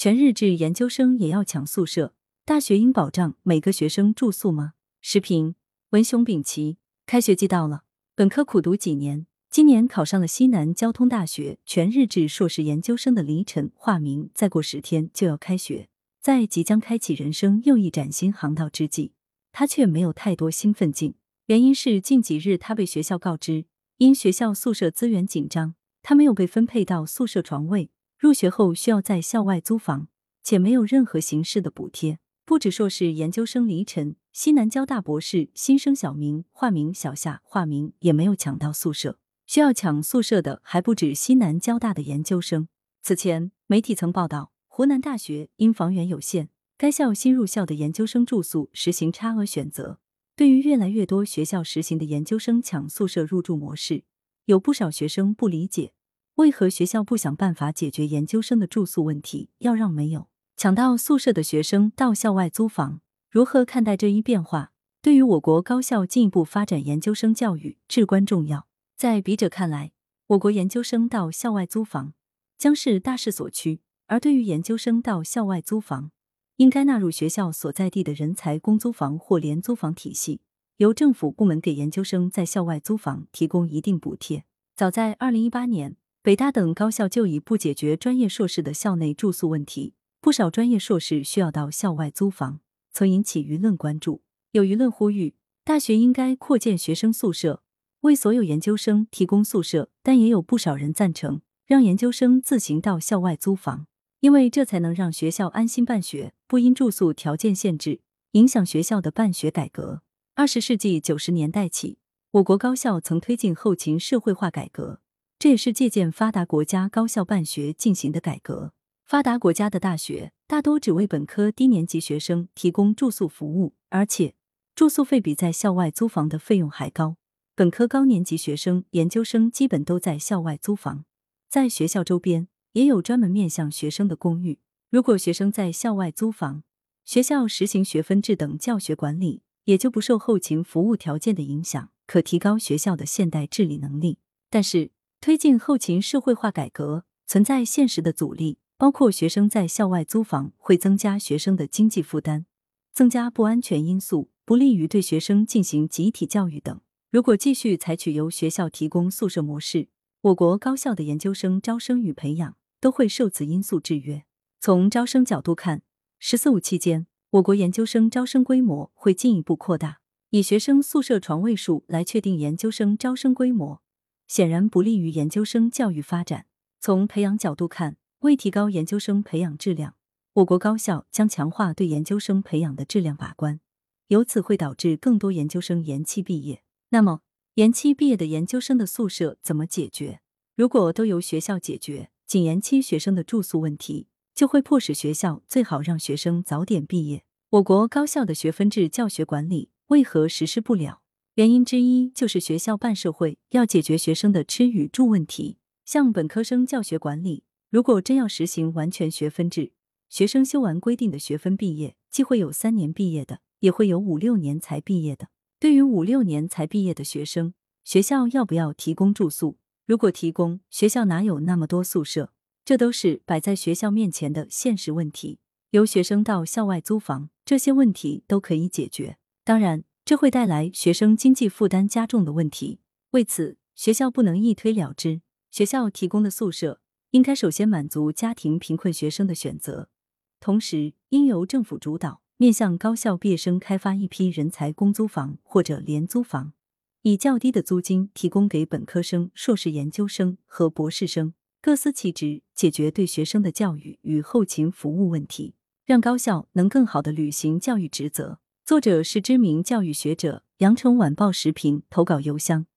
全日制研究生也要抢宿舍，大学应保障每个学生住宿吗？时评：文雄丙奇。开学季到了，本科苦读几年，今年考上了西南交通大学全日制硕士研究生的黎晨化名，再过10天就要开学，在即将开启人生又一崭新航道之际，他却没有太多兴奋劲。原因是近几日他被学校告知，因学校宿舍资源紧张，他没有被分配到宿舍床位，入学后需要在校外租房，且没有任何形式的补贴。不止硕士研究生黎晨，西南交大博士新生小明化名小夏化名也没有抢到宿舍。需要抢宿舍的还不止西南交大的研究生。此前媒体曾报道，湖南大学因房源有限，该校新入校的研究生住宿实行差额选择。对于越来越多学校实行的研究生抢宿舍入住模式，有不少学生不理解，为何学校不想办法解决研究生的住宿问题，要让没有抢到宿舍的学生到校外租房？如何看待这一变化？对于我国高校进一步发展研究生教育至关重要。在笔者看来，我国研究生到校外租房将是大势所趋，而对于研究生到校外租房，应该纳入学校所在地的人才公租房或廉租房体系，由政府部门给研究生在校外租房提供一定补贴。早在2018年，北大等高校就已不解决专业硕士的校内住宿问题，不少专业硕士需要到校外租房，曾引起舆论关注。有舆论呼吁，大学应该扩建学生宿舍，为所有研究生提供宿舍，但也有不少人赞成让研究生自行到校外租房，因为这才能让学校安心办学，不因住宿条件限制影响学校的办学改革。20世纪90年代起，我国高校曾推进后勤社会化改革，这也是借鉴发达国家高校办学进行的改革。发达国家的大学大多只为本科低年级学生提供住宿服务，而且住宿费比在校外租房的费用还高。本科高年级学生、研究生基本都在校外租房，在学校周边也有专门面向学生的公寓。如果学生在校外租房，学校实行学分制等教学管理，也就不受后勤服务条件的影响，可提高学校的现代治理能力。但是，推进后勤社会化改革存在现实的阻力，包括学生在校外租房会增加学生的经济负担，增加不安全因素，不利于对学生进行集体教育等。如果继续采取由学校提供宿舍模式，我国高校的研究生招生与培养都会受此因素制约。从招生角度看，“14·5”期间，我国研究生招生规模会进一步扩大，以学生宿舍床位数来确定研究生招生规模，显然不利于研究生教育发展。从培养角度看，为提高研究生培养质量，我国高校将强化对研究生培养的质量把关，由此会导致更多研究生延期毕业。那么，延期毕业的研究生的宿舍怎么解决？如果都由学校解决，仅延期学生的住宿问题，就会迫使学校最好让学生早点毕业。我国高校的学分制教学管理为何实施不了？原因之一就是学校办社会要解决学生的吃与住问题。像本科生教学管理，如果真要实行完全学分制，学生修完规定的学分毕业，既会有3年毕业的，也会有5、6年才毕业的。对于5、6年才毕业的学生，学校要不要提供住宿？如果提供，学校哪有那么多宿舍？这都是摆在学校面前的现实问题。由学生到校外租房，这些问题都可以解决。当然，这会带来学生经济负担加重的问题。为此，学校不能一推了之。学校提供的宿舍应该首先满足家庭贫困学生的选择，同时应由政府主导，面向高校毕业生开发一批人才公租房或者廉租房，以较低的租金提供给本科生、硕士研究生和博士生，各司其职，解决对学生的教育与后勤服务问题，让高校能更好地履行教育职责。作者是知名教育学者，羊城晚报时评，投稿邮箱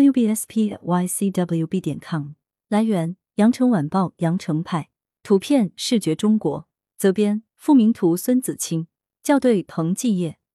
wbsp@ycwb.com。来源：羊城晚报羊城派，图片视觉中国，责编付明图孙子清，校对彭继业。